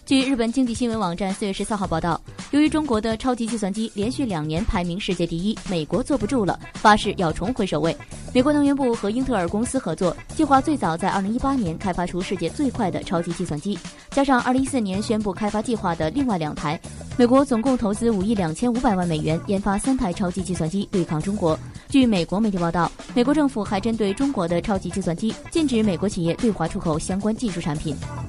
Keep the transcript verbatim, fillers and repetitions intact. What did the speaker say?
据日本经济新闻网站四月十四号报道，由于中国的超级计算机连续两年排名世界第一，美国坐不住了，发誓要重回首位。美国能源部和英特尔公司合作，计划最早在二零一八年开发出世界最快的超级计算机，加上二零一四年宣布开发计划的另外两台，美国总共投资五亿两千五百万美元研发三台超级计算机对抗中国。据美国媒体报道，美国政府还针对中国的超级计算机禁止美国企业对华出口相关技术产品。